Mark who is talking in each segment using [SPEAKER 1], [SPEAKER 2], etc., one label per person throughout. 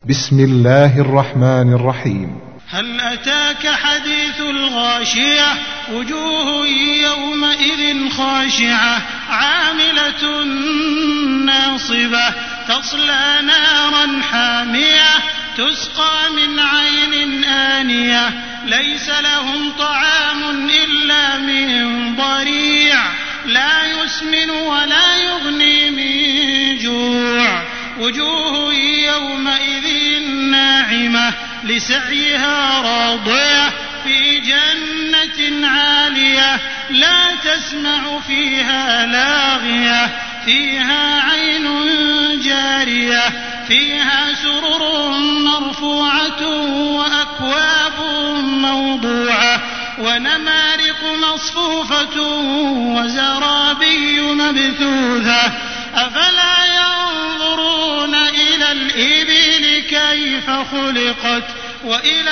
[SPEAKER 1] بسم الله الرحمن الرحيم.
[SPEAKER 2] هل أتاك حديث الغاشية وجوه يومئذ خاشعة عاملة ناصبة تصلى نارا حامية تسقى من عين آنية ليس لهم طعام إلا من ضريع لا يسمن ولا يغني من جوع وجوه يومئذ ناعمة لسعيها راضية في جنة عالية لا تسمع فيها لاغية فيها عين جارية فيها سرر مرفوعة وأكواب موضوعة ونمارق مصفوفة وزرابي مبثوثة أفلا ينظرون إلى الإبل كيف خلقت وإلى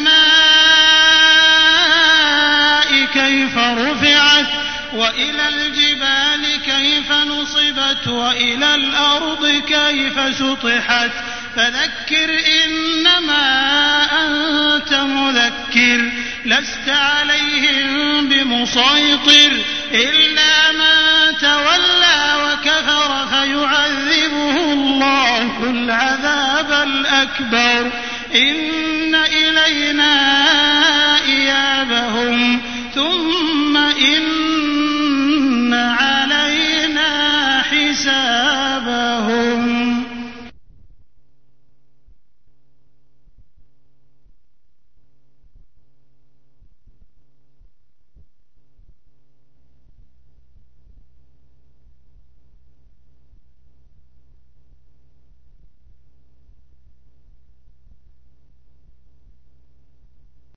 [SPEAKER 2] السماء كيف رفعت وإلى الجبال كيف نصبت وإلى الأرض كيف سطحت فذكر إنما أنت مذكر لست عليهم بمسيطر إلا من تولى وكفر فيعذبه الله العذاب الأكبر إن إلينا